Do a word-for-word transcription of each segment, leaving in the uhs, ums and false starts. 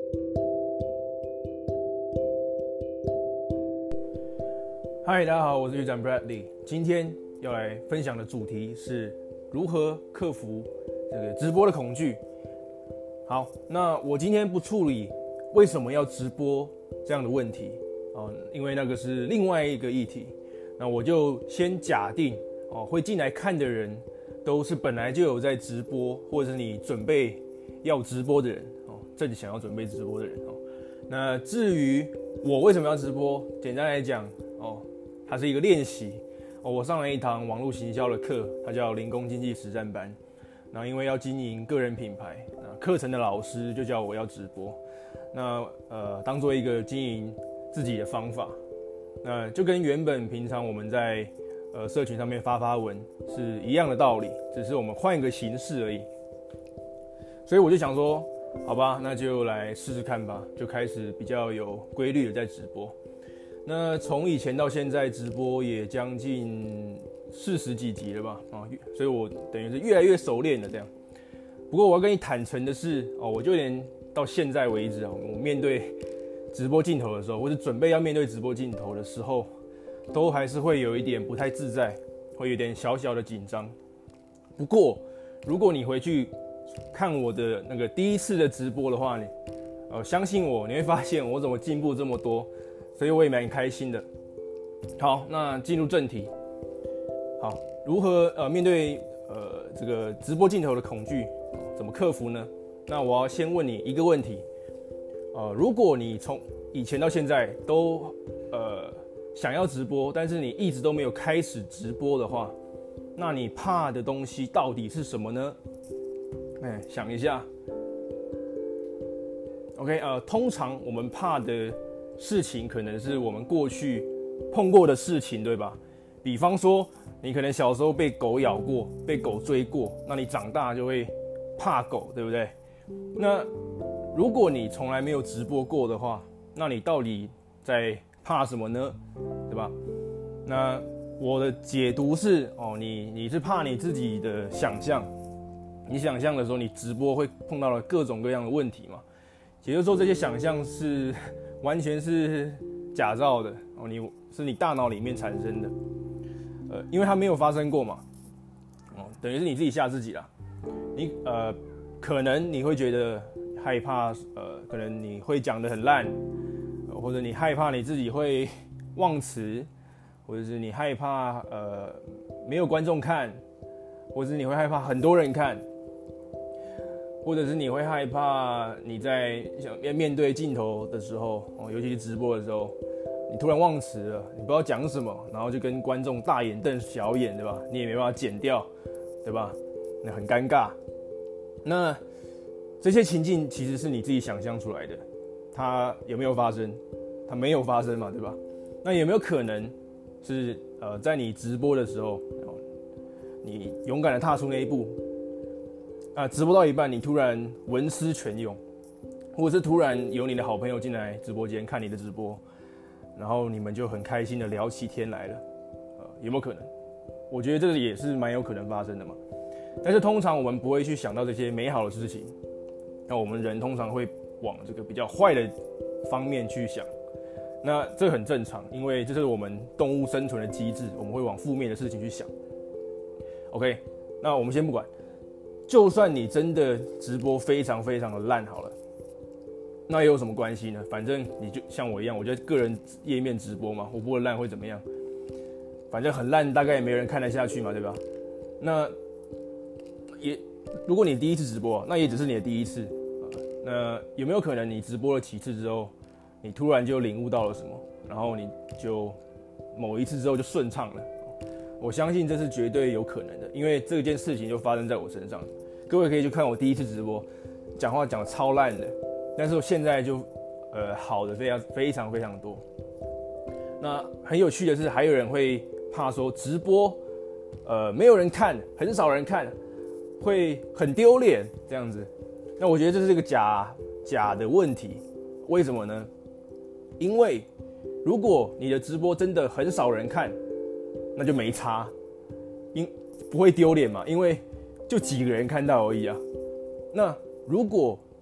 嗨，大家好，我是学长 Bradley。今天要来分享的主题是如何克服这个直播的恐惧。好，那我今天不处理为什么要直播这样的问题啊，因为那个是另外一个议题。那我就先假定哦，会进来看的人都是本来就有在直播，或者是你准备要直播的人哦，正想要准备直播的人哦。那至于我为什么要直播，简单来讲哦。它是一个练习哦，我上了一堂网络行销的课，它叫零工经济实战班。那因为要经营个人品牌，那课程的老师就叫我要直播，那呃当做一个经营自己的方法，那就跟原本平常我们在呃社群上面发发文是一样的道理，只是我们换一个形式而已。所以我就想说，好吧，那就来试试看吧，就开始比较有规律的在直播。那从以前到现在直播也将近四十几集了吧，啊，所以我等于是越来越熟练了这样。不过我要跟你坦诚的是，哦，我就连到现在为止啊，我面对直播镜头的时候，或者准备要面对直播镜头的时候，都还是会有一点不太自在，会有点小小的紧张。不过如果你回去看我的那个第一次的直播的话，你呃相信我，你会发现我怎么进步这么多。所以我也蛮开心的。好，那进入正题。好，如何呃面对呃这个直播镜头的恐惧，怎么克服呢？那我要先问你一个问题。呃，如果你从以前到现在都呃想要直播，但是你一直都没有开始直播的话，那你怕的东西到底是什么呢？哎，想一下。OK， 呃，通常我们怕的事情可能是我们过去碰过的事情，对吧？比方说，你可能小时候被狗咬过，被狗追过，那你长大就会怕狗，对不对？那如果你从来没有直播过的话，那你到底在怕什么呢？对吧？那我的解读是，哦，你你是怕你自己的想象，你想象的时候，你直播会碰到了各种各样的问题嘛？也就是说，这些想象是完全是假造的哦，你是你大脑里面产生的，呃，因为它没有发生过嘛，哦，等于是你自己吓自己啦。你呃，可能你会觉得害怕，呃，可能你会讲得很烂，呃，或者你害怕你自己会忘词，或者是你害怕呃没有观众看，或者是你会害怕很多人看。或者是你会害怕你在面对镜头的时候，哦，尤其是直播的时候，你突然忘词了，你不知道讲什么，然后就跟观众大眼瞪小眼，对吧？你也没办法剪掉，对吧？那很尴尬。那这些情境其实是你自己想象出来的，它有没有发生？它没有发生嘛，对吧？那有没有可能是呃，在你直播的时候，你勇敢的踏出那一步？啊，直播到一半，你突然文思泉涌，或者是突然有你的好朋友进来直播间看你的直播，然后你们就很开心的聊起天来了，呃，有没有可能？我觉得这个也是蛮有可能发生的嘛。但是通常我们不会去想到这些美好的事情，那我们人通常会往这个比较坏的方面去想。那这个很正常，因为这是我们动物生存的机制，我们会往负面的事情去想。OK， 那我们先不管。就算你真的直播非常非常的烂好了，那又有什么关系呢？反正你就像我一样，我就个人页面直播嘛，我播的烂会怎么样？反正很烂，大概也没人看得下去嘛，对吧？那也，如果你第一次直播，那也只是你的第一次。那有没有可能你直播了几次之后，你突然就领悟到了什么，然后你就某一次之后就顺畅了？我相信这是绝对有可能的，因为这件事情就发生在我身上。各位可以去看我第一次直播，讲话讲得超烂的，但是我现在就呃好的非常非常非常多。那很有趣的是，还有人会怕说直播呃没有人看，很少人看，会很丢脸这样子。那我觉得这是一个假假的问题，为什么呢？因为如果你的直播真的很少人看，那就没差，因不会丢脸嘛，因为就几个人看到而已啊。那如果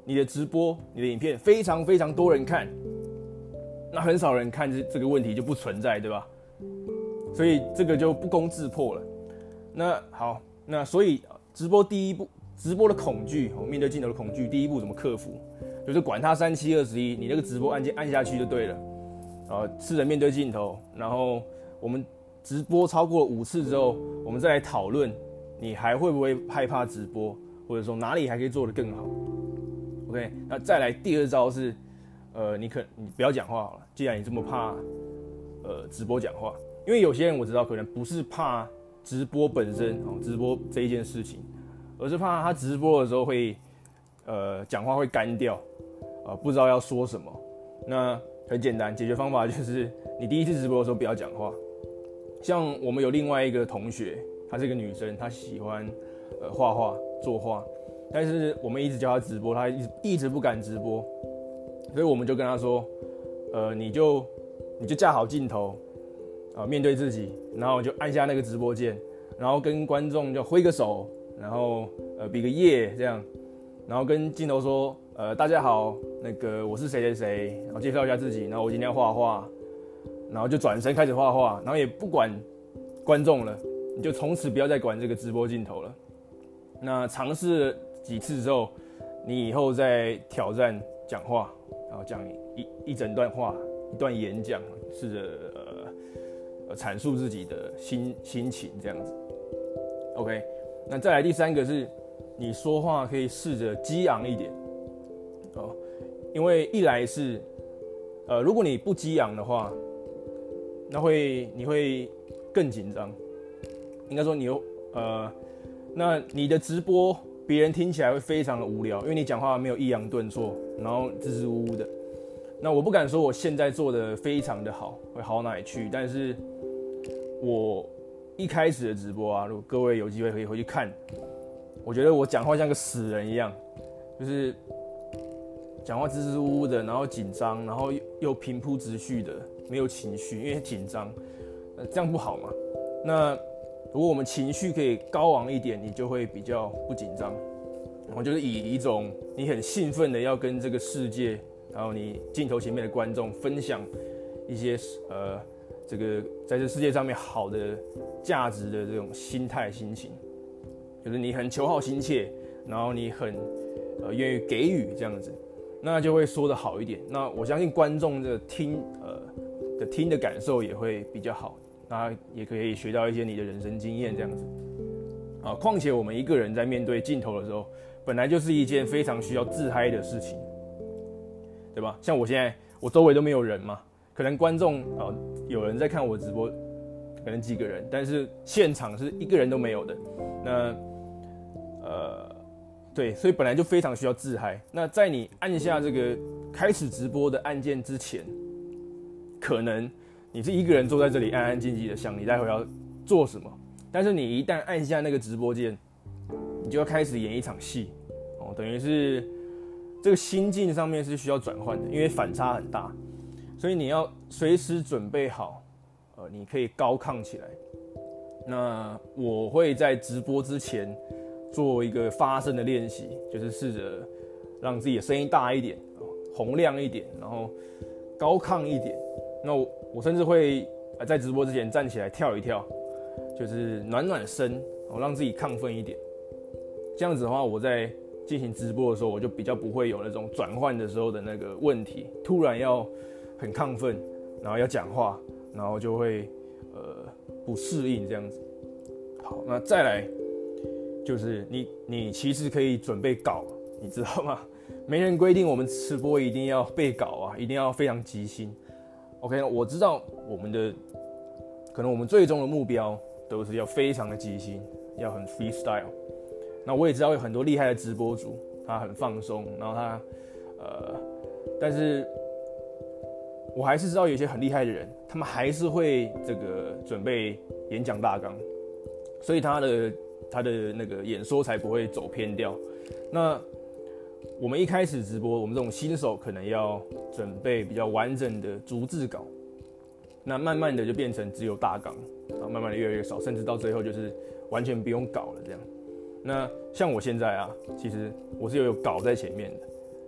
你的直播、你的影片非常非常多人看，那很少人看这这个问题就不存在，对吧？所以这个就不攻自破了。那好，那所以直播第一步，直播的恐惧，面对镜头的恐惧，第一步怎么克服？就是管它三七二十一，你那个直播按键按下去就对了。呃，试着面对镜头，然后我们直播超过五次之后，我们再来讨论，你还会不会害怕直播，或者说哪里还可以做得更好 ？OK， 那再来第二招是，呃，你可你不要讲话好了，既然你这么怕，呃，直播讲话，因为有些人我知道可能不是怕直播本身哦，直播这一件事情，而是怕他直播的时候会，呃，讲话会干掉，呃，不知道要说什么。那很简单，解决方法就是你第一次直播的时候不要讲话。像我们有另外一个同学，她是一个女生，她喜欢呃画画、作画，但是我们一直叫她直播，她一直一直不敢直播，所以我们就跟她说，呃，你就你就架好镜头，啊、呃，面对自己，然后就按下那个直播键，然后跟观众就挥个手，然后呃比个耶这样，然后跟镜头说，呃大家好，那个我是谁谁谁，然后介绍一下自己，然后我今天要画画。然后就转身开始画画，然后也不管观众了，你就从此不要再管这个直播镜头了。那尝试了几次之后，你以后再挑战讲话，然后讲一一整段话、一段演讲，试着呃阐述自己的心心情这样子。OK， 那再来第三个是，你说话可以试着激昂一点哦，因为一来是呃如果你不激昂的话。那会你会更紧张，应该说你有呃，那你的直播别人听起来会非常的无聊，因为你讲话没有抑扬顿挫，然后支支吾吾的。那我不敢说我现在做的非常的好，会好哪里去，但是我一开始的直播啊，如果各位有机会可以回去看，我觉得我讲话像个死人一样，就是讲话支支吾吾的，然后紧张，然后又平铺直叙的。没有情绪，因为紧张，呃，这样不好嘛。那如果我们情绪可以高昂一点，你就会比较不紧张。然后就是以一种你很兴奋的要跟这个世界，然后你镜头前面的观众分享一些呃这个在这世界上面好的价值的这种心态心情，就是你很求好心切，然后你很呃愿意给予这样子，那就会说得好一点。那我相信观众的听呃。的听的感受也会比较好，那也可以学到一些你的人生经验这样子啊。况且我们一个人在面对镜头的时候，本来就是一件非常需要自嗨的事情，对吧？像我现在，我周围都没有人嘛，可能观众啊、呃、有人在看我直播，可能几个人，但是现场是一个人都没有的。那呃，对，所以本来就非常需要自嗨。那在你按下这个开始直播的按键之前，可能你是一个人坐在这里安安静静的想你待会要做什么，但是你一旦按下那个直播键，你就要开始演一场戏哦，等于是这个心境上面是需要转换的，因为反差很大，所以你要随时准备好，呃，你可以高亢起来。那我会在直播之前做一个发声的练习，就是试着让自己的声音大一点，洪亮一点，然后高亢一点。那 我, 我甚至会在直播之前站起来跳一跳，就是暖暖身，让自己亢奋一点。这样子的话，我在进行直播的时候，我就比较不会有那种转换的时候的那个问题，突然要很亢奋，然后要讲话，然后就会呃不适应这样子。好，那再来就是你你其实可以准备稿，你知道吗？没人规定我们直播一定要背稿啊，一定要非常即兴。OK， 我知道我们的可能我们最终的目标都是要非常的即兴，要很 freestyle。那我也知道有很多厉害的直播主，他很放松，然后他呃，但是我还是知道有一些很厉害的人，他们还是会这个准备演讲大纲，所以他的他的那个演说才不会走偏掉。那我们一开始直播，我们这种新手可能要准备比较完整的逐字稿，那慢慢的就变成只有大纲，然后慢慢的越来越少，甚至到最后就是完全不用稿了这样。那像我现在啊，其实我是有稿在前面的，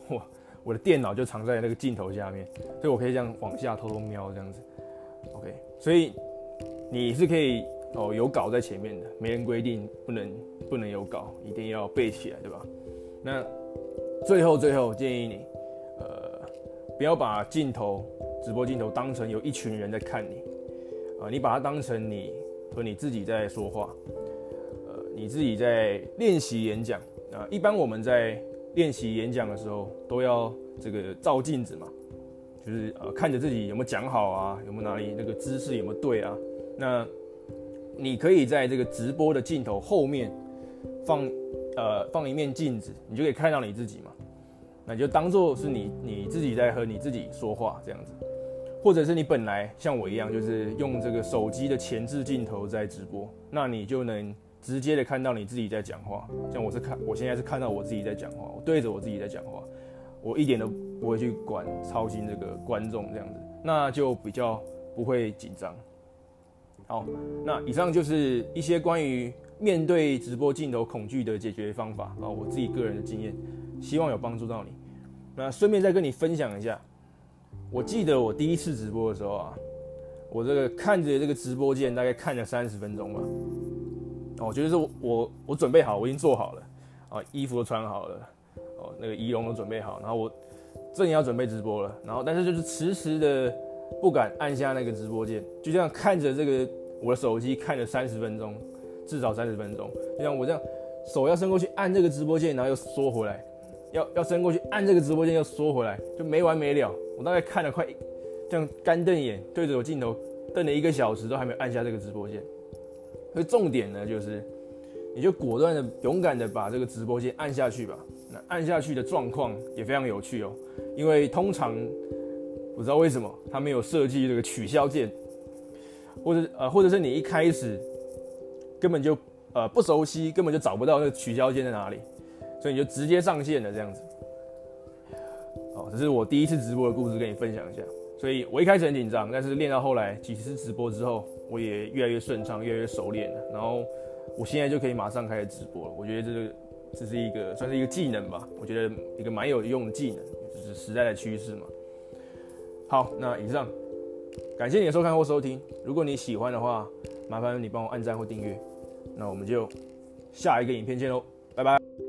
我我的电脑就藏在那个镜头下面，所以我可以这样往下偷偷瞄这样子。OK， 所以你是可以哦有稿在前面的，没人规定不能不能有稿，一定要背起来，对吧？那最后最后建议你，呃，不要把镜头直播镜头当成有一群人在看你，啊、呃，你把它当成你和你自己在说话，呃，你自己在练习演讲啊、呃。一般我们在练习演讲的时候，都要这个照镜子嘛，就是呃看着自己有没有讲好啊，有没有哪里那个姿势有没有对啊。那你可以在这个直播的镜头后面放呃放一面镜子，你就可以看到你自己嘛。那你就当做是你你自己在和你自己说话这样子，或者是你本来像我一样，就是用这个手机的前置镜头在直播，那你就能直接的看到你自己在讲话。像我是看，我现在是看到我自己在讲话，我对着我自己在讲话，我一点都不会去管操心这个观众这样子，那就比较不会紧张。好，那以上就是一些关于面对直播镜头恐惧的解决方法啊，我自己个人的经验，希望有帮助到你。那顺便再跟你分享一下，我记得我第一次直播的时候啊，我这个看着这个直播键大概看了三十分钟吧。哦，就是我我我准备好，我已经做好了啊，衣服都穿好了，哦，那个仪容都准备好，然后我正要准备直播了，然后但是就是迟迟的不敢按下那个直播键，就这样看着这个我的手机看了三十分钟，至少三十分钟，就像我这样手要伸过去按这个直播键，然后又缩回来，要要伸过去按这个直播键又缩回来，就没完没了。我大概看了快这样干瞪眼，对着我镜头瞪了一个小时，都还没有按下这个直播键。所以重点呢，就是你就果断的、勇敢的把这个直播键按下去吧。那按下去的状况也非常有趣哦，因为通常不知道为什么他没有设计这个取消键，或者呃，或者是你一开始根本就呃不熟悉，根本就找不到那个取消键在哪里，所以你就直接上线了这样子。哦，这是我第一次直播的故事，跟你分享一下。所以我一开始很紧张，但是练到后来几次直播之后，我也越来越顺畅，越来越熟练了。然后我现在就可以马上开始直播了。我觉得这个这是一个算是一个技能吧，我觉得一个蛮有用的技能，就是时代的趋势嘛。好，那以上感谢你的收看或收听。如果你喜欢的话，麻烦你帮我按赞或订阅。那我们就下一个影片见喽，拜拜。